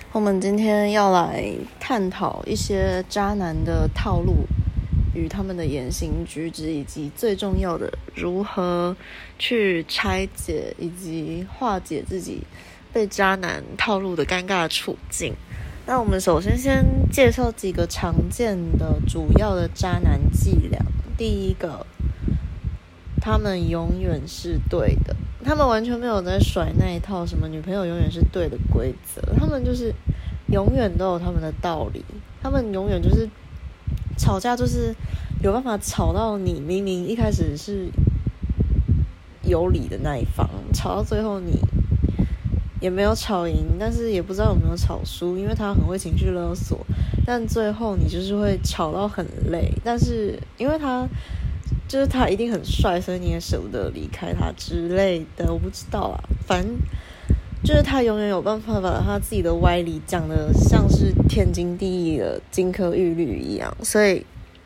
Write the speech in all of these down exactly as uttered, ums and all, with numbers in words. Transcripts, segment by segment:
我们今天要来探讨一些渣男的套路与他们的言行举止，以及最重要的如何去拆解以及化解自己被渣男套路的尴尬处境。那我们首先先介绍几个常见的主要的渣男伎俩。第一个，他们永远是对的，他们完全没有在甩那一套什么女朋友永远是对的规则，他们就是永远都有他们的道理，他们永远就是吵架就是有办法吵到你明明一开始是有理的那一方，吵到最后你也没有吵赢，但是也不知道有没有吵输，因为他很会情绪勒索，但最后你就是会吵到很累，但是因为他就是他一定很帅，所以你也舍不得离开他之类的，我不知道啦，反正就是他永远有办法把他自己的歪理讲得像是天经地义的金科玉律一样，所以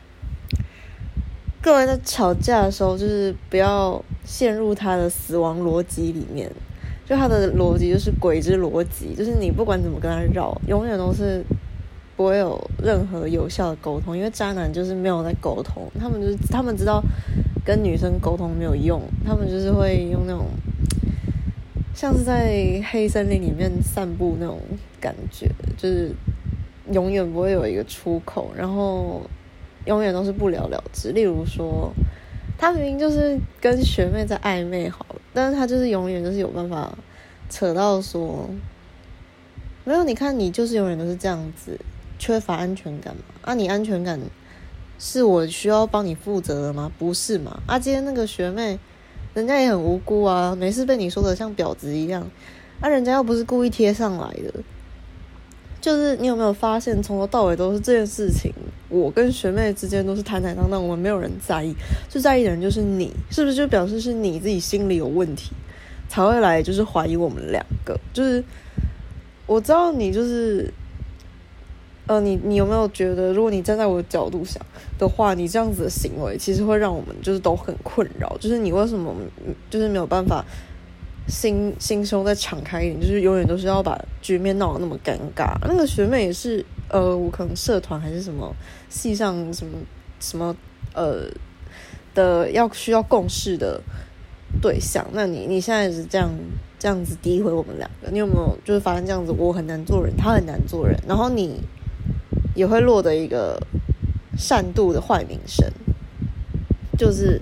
各位在吵架的时候就是不要陷入他的死亡逻辑里面，就他的逻辑就是鬼之逻辑，就是你不管怎么跟他绕，永远都是不会有任何有效的沟通，因为渣男就是没有在沟通，他们就是他们知道跟女生沟通没有用，他们就是会用那种像是在黑森林里面散步那种感觉，就是永远不会有一个出口，然后永远都是不了了之。例如说他明明就是跟学妹在暧昧好了，但是他就是永远就是有办法扯到说没有，你看你就是永远都是这样子，缺乏安全感嘛？啊，你安全感是我需要帮你负责的吗？不是嘛？啊，今天那个学妹人家也很无辜啊，没事被你说的像婊子一样，啊，人家又不是故意贴上来的。就是你有没有发现，从头到尾都是这件事情，我跟学妹之间都是坦坦荡荡，我们没有人在意，最在意的人就是你，是不是就表示是你自己心里有问题，才会来就是怀疑我们两个？就是我知道你就是呃，你你有没有觉得，如果你站在我的角度想的话，你这样子的行为其实会让我们就是都很困扰，就是你为什么就是没有办法心心胸再敞开一点，就是永远都是要把局面闹得那么尴尬。那个学妹也是呃，我可能社团还是什么系上什么什么呃的要需要共事的对象，那你你现在是这样这样子诋毁我们两个，你有没有就是发现这样子我很难做人，他很难做人，然后你也会落得一个善妒的坏名声，就是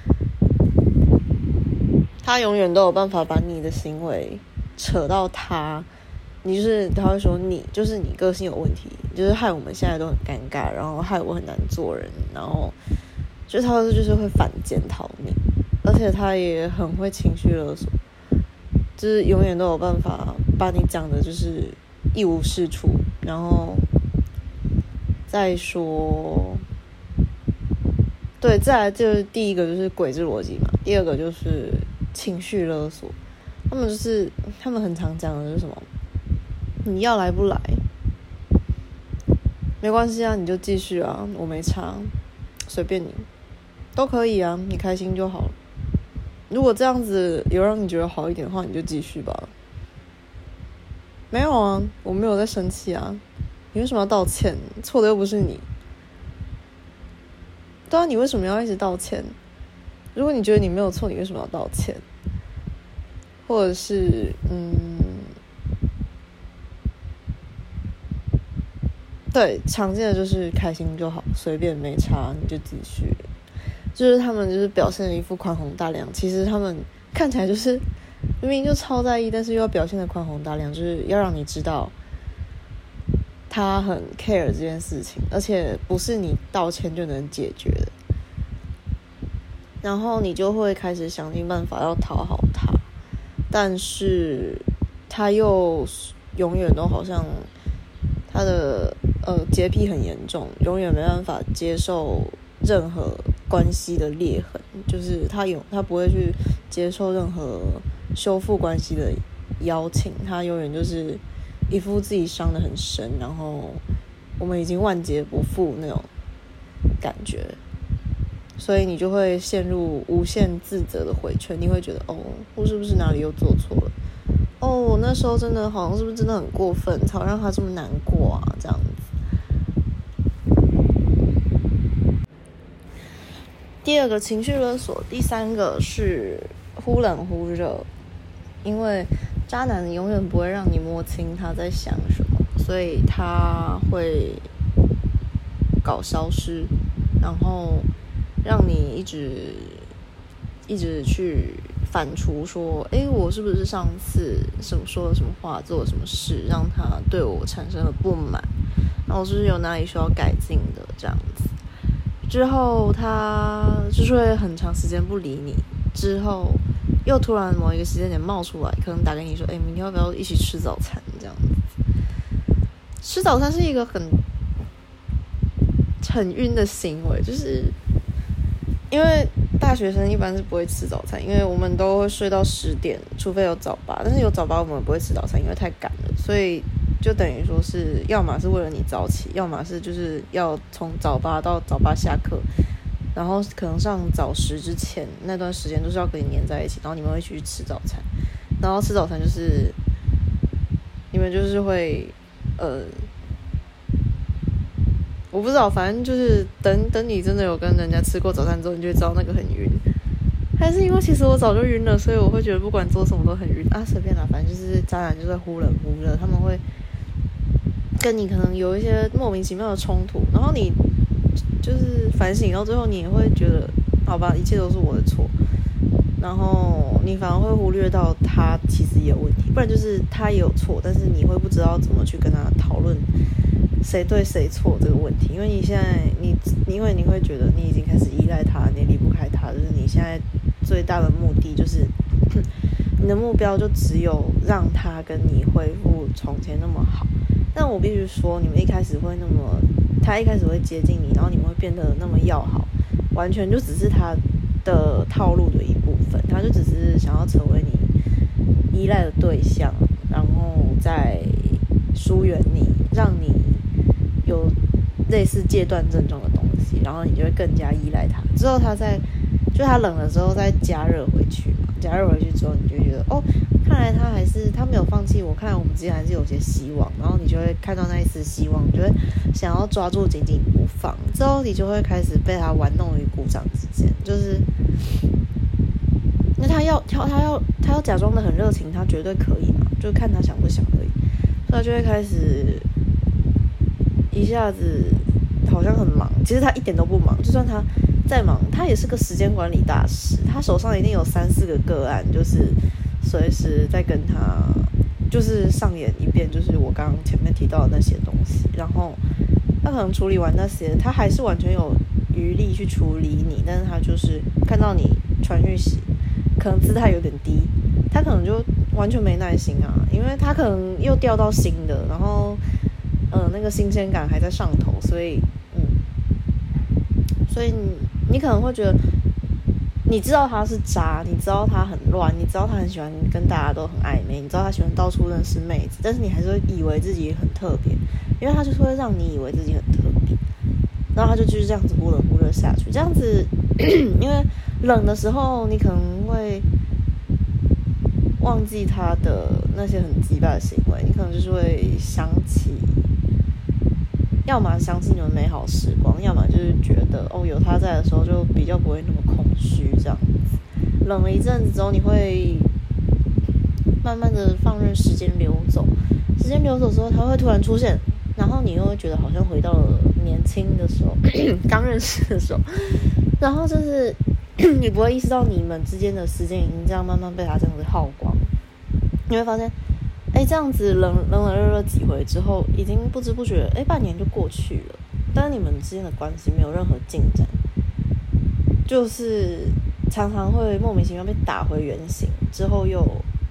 他永远都有办法把你的行为扯到他，你就是他会说你就是你个性有问题，就是害我们现在都很尴尬，然后害我很难做人，然后就是他就是会反检讨你，而且他也很会情绪勒索，就是永远都有办法把你讲的就是一无是处，然后再说对，再来就是第一个就是鬼之逻辑嘛，第二个就是情绪勒索，他们就是他们很常讲的就是什么，你要来不来没关系啊，你就继续啊，我没差，随便你都可以啊，你开心就好了。如果这样子有让你觉得好一点的话，你就继续吧。没有啊，我没有在生气啊，你为什么要道歉？错的又不是你。对啊，你为什么要一直道歉？如果你觉得你没有错，你为什么要道歉？或者是嗯，对，常见的就是开心就好，随便没差，你就继续。就是他们就是表现了一副宽宏大量，其实他们看起来就是明明就超在意，但是又要表现的宽宏大量，就是要让你知道他很 care 这件事情，而且不是你道歉就能解决的。然后你就会开始想尽办法要讨好他，但是他又永远都好像他的呃洁癖很严重，永远没办法接受任何关系的裂痕，就是他有他不会去接受任何修复关系的邀请，他永远就是一副自己伤得很深，然后我们已经万劫不复那种感觉，所以你就会陷入无限自责的回圈，你会觉得哦，我是不是哪里又做错了？哦， 那时候真的好像是不是真的很过分，才让他这么难过啊？这样子。第二个情绪勒索，第三个是忽冷忽热，因为渣男永远不会让你摸清他在想什么，所以他会搞消失，然后让你一直一直去反刍说，诶，我是不是上次什么说了什么话，做了什么事，让他对我产生了不满，然后是不是有哪里需要改进的这样子。之后他就是会很长时间不理你，之后又突然某一个时间点冒出来，可能打给你说，诶，明天要不要一起吃早餐这样子。吃早餐是一个很很晕的行为，就是因为大学生一般是不会吃早餐，因为我们都会睡到十点，除非有早八，但是有早八我们不会吃早餐，因为太赶了，所以就等于说是要么是为了你早起，要么是就是要从早八到早八下课，然后可能上早十之前那段时间都是要跟你黏在一起，然后你们会一起去吃早餐，然后吃早餐就是你们就是会呃我不知道，反正就是等等你真的有跟人家吃过早餐之后，你就会知道那个很晕。还是因为其实我早就晕了，所以我会觉得不管做什么都很晕啊，随便啦，反正就是渣男就是忽冷忽热，他们会跟你可能有一些莫名其妙的冲突，然后你就是反省到最后，你也会觉得好吧，一切都是我的错，然后你反而会忽略到他其实也有问题，不然就是他也有错，但是你会不知道怎么去跟他讨论谁对谁错这个问题，因为你现在你因为你会觉得你已经开始依赖他，你也离不开他，就是你现在最大的目的就是你的目标就只有让他跟你恢复从前那么好。但我必须说，你们一开始会那么他一开始会接近你，然后你们会变得那么要好，完全就只是他的套路的一部分，他就只是想要成为你依赖的对象，然后再疏远你，让你有类似戒断症状的东西，然后你就会更加依赖他。之后他在就他冷了之后再加热回去嘛，加热回去之后，你就会觉得哦，看来他还是他没有放弃我，看来我们之间还是有些希望。然后你就会看到那一丝希望，你就会想要抓住紧紧不放。之后你就会开始被他玩弄于股掌之间，就是那他要他他要他要假装的很热情，他绝对可以嘛，就看他想不想而已。所以他就会开始一下子好像很忙，其实他一点都不忙，就算他再忙，他也是个时间管理大师，他手上一定有三四个个案，就是随时在跟他就是上演一遍，就是我刚刚前面提到的那些东西，然后他可能处理完那些，他还是完全有余力去处理你，但是他就是看到你传讯息，可能姿态有点低，他可能就完全没耐心啊，因为他可能又调到新的，然后呃那个新鲜感还在上头，所以嗯，所以你你可能会觉得，你知道他是渣，你知道他很乱，你知道他很喜欢跟大家都很暧昧，你知道他喜欢到处认识妹子，但是你还是会以为自己很特别，因为他就是会让你以为自己很特别，然后他就继续这样子忽冷忽热下去，这样子因为冷的时候你可能会忘记他的那些很鸡巴的行为，你可能就是会想起，要么想起你们美好时光，要么就是觉得哦有他在的时候就比较不会那么空虚这样子。冷了一阵子之后，你会慢慢的放任时间流走，时间流走之后他会突然出现，然后你又会觉得好像回到了年轻的时候刚认识的时候，然后就是你不会意识到你们之间的时间已经这样慢慢被他这样子耗光，你会发现哎，这样子冷冷冷热热几回之后，已经不知不觉哎半年就过去了，但是你们之间的关系没有任何进展，就是常常会莫名其妙被打回原形，之后又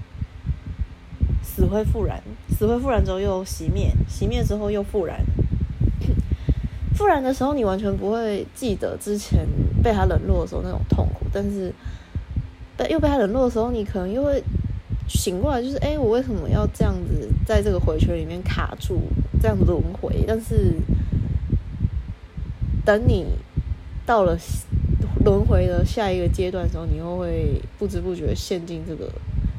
死灰复燃，死灰复燃之后又熄灭，熄灭之后又复燃。复燃的时候，你完全不会记得之前被他冷落的时候那种痛苦，但是被又被他冷落的时候，你可能又会醒过来，就是哎，我为什么要这样子在这个回圈里面卡住，这样轮回？但是等你到了轮回的下一个阶段的时候，你又会不知不觉陷进这个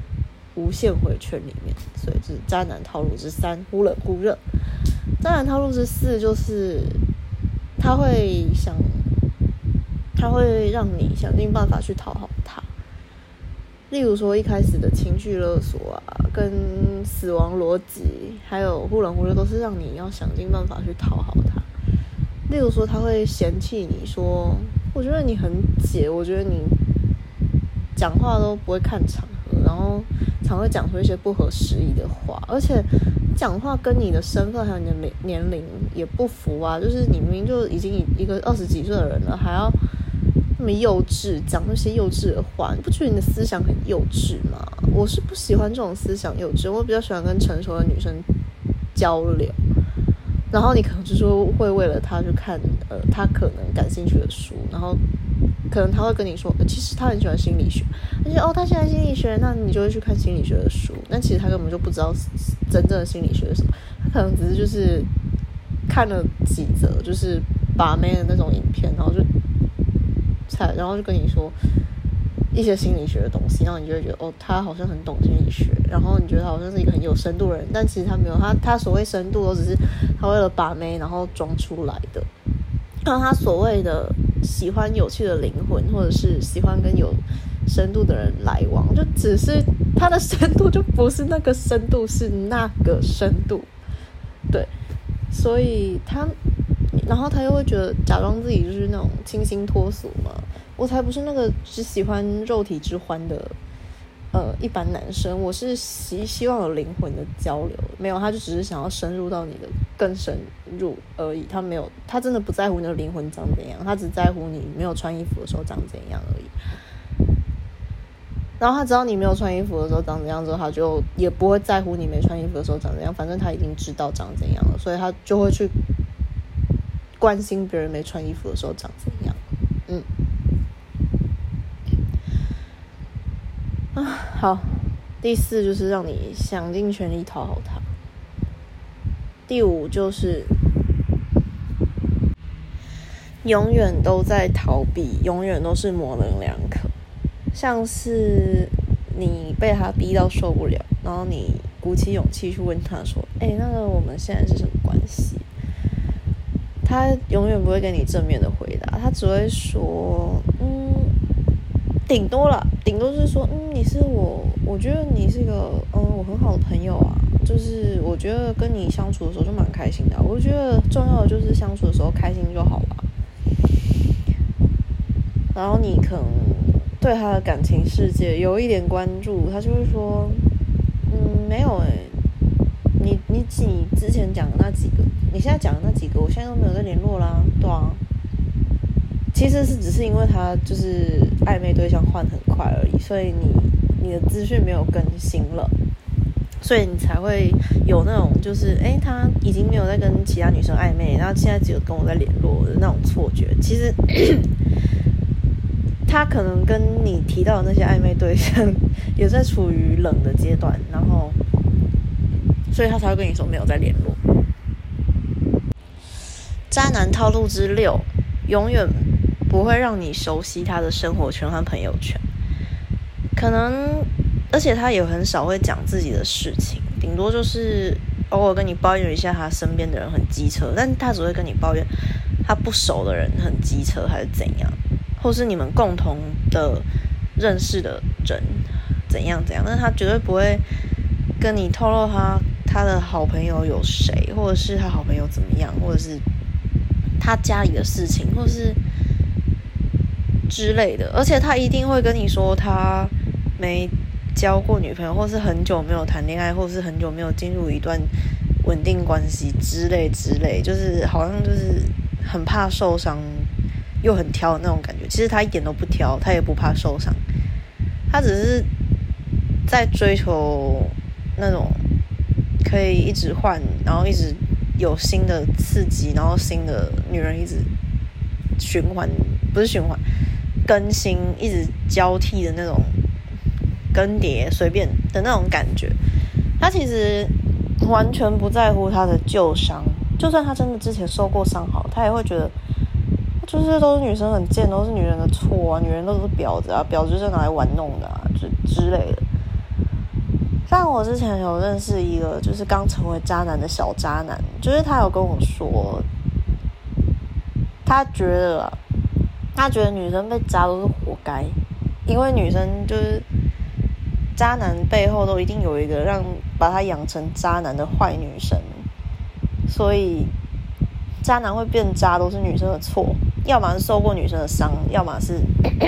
无限回圈里面。所以这是渣男套路之三，忽冷忽热。渣男套路之四就是他会想，他会让你想尽办法去讨好他。例如说一开始的情绪勒索啊，跟死亡逻辑，还有忽冷忽热，都是让你要想尽办法去讨好他。例如说他会嫌弃你说，我觉得你很解，我觉得你讲话都不会看场合，然后常会讲出一些不合时宜的话，而且讲话跟你的身份还有你的年龄也不符啊，就是你明明就已经一个二十几岁的人了，还要那么幼稚，讲那些幼稚的话，你不觉得你的思想很幼稚吗？我是不喜欢这种思想幼稚，我比较喜欢跟成熟的女生交流。然后你可能就是会为了他去看呃他可能感兴趣的书，然后可能他会跟你说、呃、其实他很喜欢心理学，而且哦他喜欢心理学，那你就会去看心理学的书，但其实他根本就不知道真正的心理学是什么，他可能只是就是看了几则就是把妹的那种影片，然后就才然后就跟你说一些心理学的东西，然后你就会觉得哦，他好像很懂心理学，然后你觉得他好像是一个很有深度的人，但其实他没有，他他所谓深度都只是他为了把妹然后装出来的。然后他所谓的喜欢有趣的灵魂，或者是喜欢跟有深度的人来往，就只是他的深度就不是那个深度，是那个深度，对，所以他，然后他又会觉得假装自己就是那种清新脱俗嘛。我才不是那个只喜欢肉体之欢的呃一般男生，我是希希望有灵魂的交流，没有，他就只是想要深入到你的更深入而已，他没有，他真的不在乎你的灵魂长怎样，他只在乎你没有穿衣服的时候长怎样而已。然后他知道你没有穿衣服的时候长怎样之后，他就也不会在乎你没穿衣服的时候长怎样，反正他已经知道长怎样了，所以他就会去关心别人没穿衣服的时候长怎样。嗯。啊，好，第四就是让你想尽全力讨好他。第五就是永远都在逃避，永远都是模棱两可。像是你被他逼到受不了，然后你鼓起勇气去问他说：“哎、欸，那个我们现在是什么关系？”他永远不会给你正面的回答，他只会说：“嗯。”顶多啦，顶多是说，嗯，你是我，我觉得你是一个，嗯，我很好的朋友啊，就是我觉得跟你相处的时候就蛮开心的、啊，我觉得重要的就是相处的时候开心就好了。然后你可能对他的感情世界有一点关注，他就会说，嗯，没有诶、欸，你你你之前讲的那几个，你现在讲的那几个，我现在都没有在联络啦，对啊。其实是只是因为他就是暧昧对象换很快而已，所以你你的资讯没有更新了，所以你才会有那种就是哎，他已经没有在跟其他女生暧昧，然后现在只有跟我在联络的那种错觉。其实他可能跟你提到的那些暧昧对象也在处于冷的阶段，然后所以他才会跟你说没有在联络。渣男套路之六，永远不会让你熟悉他的生活圈和朋友圈，可能，而且他也很少会讲自己的事情，顶多就是偶尔跟你抱怨一下他身边的人很机车，但他只会跟你抱怨他不熟的人很机车还是怎样，或是你们共同的认识的人怎样怎样，但是他绝对不会跟你透露他他的好朋友有谁，或者是他好朋友怎么样，或者是他家里的事情，或是之类的，而且他一定会跟你说他没交过女朋友，或是很久没有谈恋爱，或是很久没有进入一段稳定关系之类之类，就是好像就是很怕受伤又很挑的那种感觉。其实他一点都不挑，他也不怕受伤，他只是在追求那种可以一直换，然后一直有新的刺激，然后新的女人一直循环，不是循环更新，一直交替的那种更迭随便的那种感觉。他其实完全不在乎他的旧伤，就算他真的之前受过伤好，他也会觉得就是都是女生很贱，都是女人的错啊，女人都是婊子啊，婊子就是拿来玩弄的啊，之之类的。 像我之前有认识一个就是刚成为渣男的小渣男，就是他有跟我说，他觉得啊他觉得女生被渣都是活该，因为女生就是渣男背后都一定有一个让把他养成渣男的坏女生，所以渣男会变渣都是女生的错，要么是受过女生的伤，要么是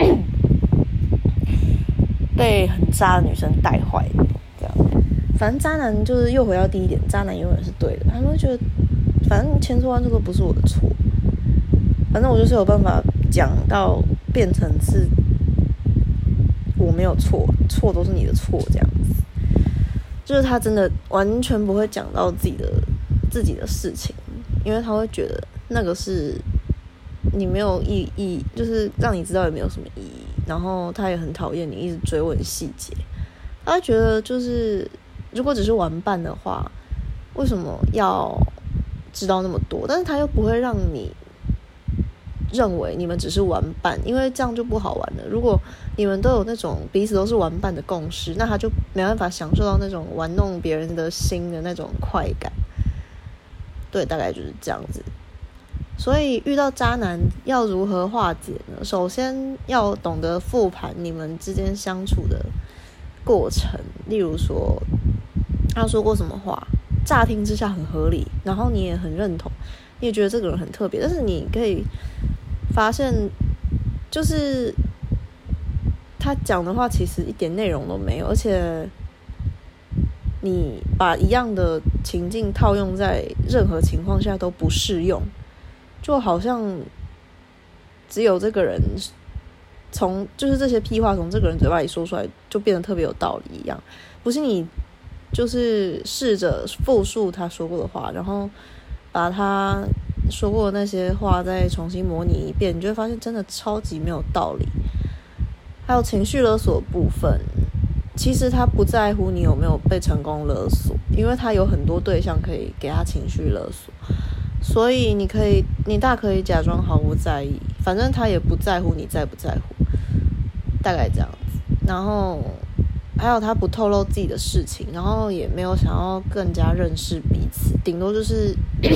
被很渣的女生带坏的，这样。反正渣男就是又回到第一点，渣男永远是对的，他们会觉得反正千错万错都不是我的错，反正我就是有办法讲到变成是我没有错，错都是你的错这样子。就是他真的完全不会讲到自己的自己的事情，因为他会觉得那个是你没有意义，就是让你知道也没有什么意义。然后他也很讨厌你一直追问细节，他会觉得就是如果只是玩伴的话，为什么要知道那么多？但是他又不会让你认为你们只是玩伴，因为这样就不好玩了。如果你们都有那种彼此都是玩伴的共识，那他就没办法享受到那种玩弄别人的心的那种快感。对，大概就是这样子。所以遇到渣男要如何化解呢？首先要懂得复盘你们之间相处的过程，例如说他说过什么话，乍听之下很合理，然后你也很认同，你也觉得这个人很特别，但是你可以发现就是他讲的话其实一点内容都没有，而且你把一样的情境套用在任何情况下都不适用，就好像只有这个人从就是这些屁话从这个人嘴巴里说出来就变得特别有道理一样，不是你就是试着复述他说过的话，然后把他说过的那些话再重新模拟一遍，你就会发现真的超级没有道理。还有情绪勒索的部分，其实他不在乎你有没有被成功勒索，因为他有很多对象可以给他情绪勒索，所以你可以你大可以假装毫不在意，反正他也不在乎你在不在乎，大概这样子。然后还有他不透露自己的事情，然后也没有想要更加认识彼此，顶多就是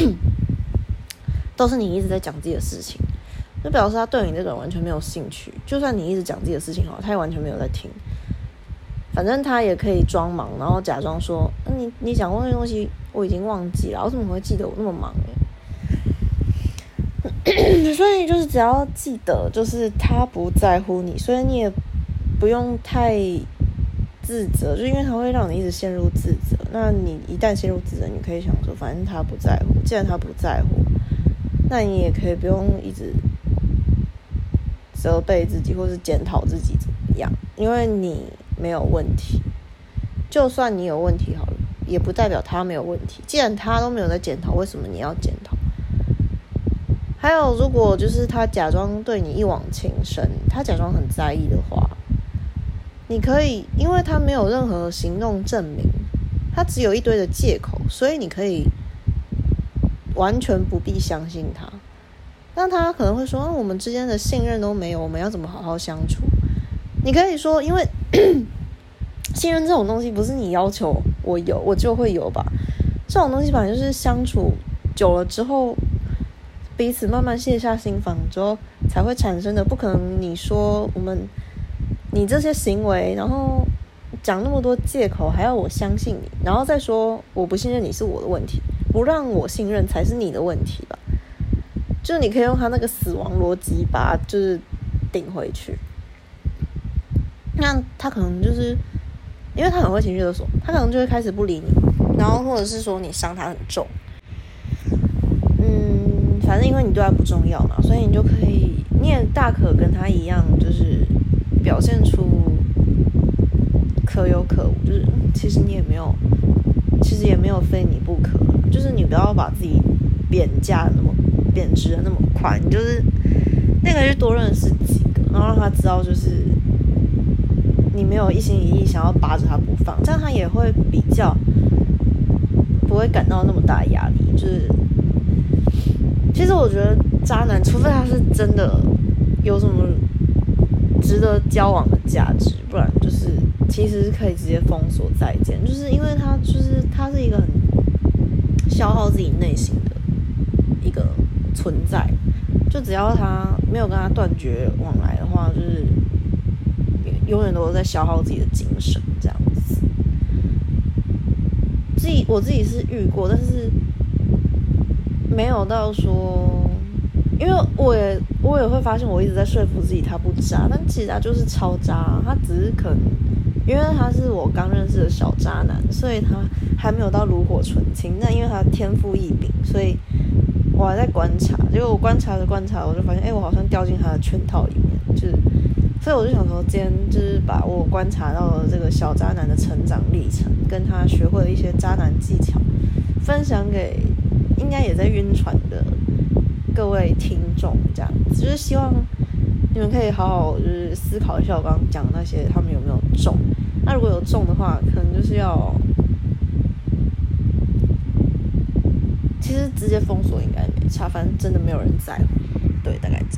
都是你一直在讲自己的事情，就表示他对你这个人完全没有兴趣。就算你一直讲自己的事情好，他也完全没有在听。反正他也可以装忙，然后假装说你你讲过那东西我已经忘记了，我怎么会记得我那么忙所以就是只要记得就是他不在乎你，所以你也不用太自责，就因为他会让你一直陷入自责。那你一旦陷入自责，你可以想说反正他不在乎，既然他不在乎，那你也可以不用一直责备自己或是检讨自己怎么样，因为你没有问题。就算你有问题好了，也不代表他没有问题，既然他都没有在检讨，为什么你要检讨？还有如果就是他假装对你一往情深，他假装很在意的话，你可以因为他没有任何行动证明，他只有一堆的借口，所以你可以完全不必相信他。但他可能会说、啊、我们之间的信任都没有，我们要怎么好好相处？你可以说因为信任这种东西不是你要求我有我就会有吧，这种东西本来就是相处久了之后彼此慢慢卸下心防之后才会产生的，不可能你说我们你这些行为然后讲那么多借口还要我相信你，然后再说我不信任你是我的问题，不让我信任才是你的问题吧。就是你可以用他那个死亡逻辑把它就是顶回去，那他可能就是因为他很会情绪勒索，他可能就会开始不理你，然后或者是说你伤他很重，嗯，反正因为你对他不重要嘛，所以你就可以，你也大可跟他一样，就是表现出可有可无，就是其实你也没有，其实也没有非你不可，就是你不要把自己贬价的那么贬值的那么快，你就是那个是多认识几个，然后让他知道就是你没有一心一意想要扒着他不放，这样他也会比较不会感到那么大的压力。就是其实我觉得渣男除非他是真的有什么值得交往的价值，不然就是其实可以直接封锁再见，就是因为他就是他是一个很消耗自己内心的一个存在，就只要他没有跟他断绝往来的话，就是永远都在消耗自己的精神这样子。自己我自己是遇过，但是没有到说，因为我也我也会发现我一直在说服自己他不渣，但其实他就是超渣，他只是可能因为他是我刚认识的小渣男，所以他还没有到炉火纯青，但因为他天赋异禀，所以我还在观察，结果我观察着观察，我就发现，哎、欸，我好像掉进他的圈套里面，就是，所以我就想说，今天就是把我观察到的这个小渣男的成长历程，跟他学会的一些渣男技巧，分享给应该也在晕船的各位听众，这样子，就是希望你们可以好好就是思考一下我刚刚讲的那些，他们有没有中？那如果有中的话，可能就是要。其实直接封锁应该没差，反正真的没有人在乎，对，大概这样。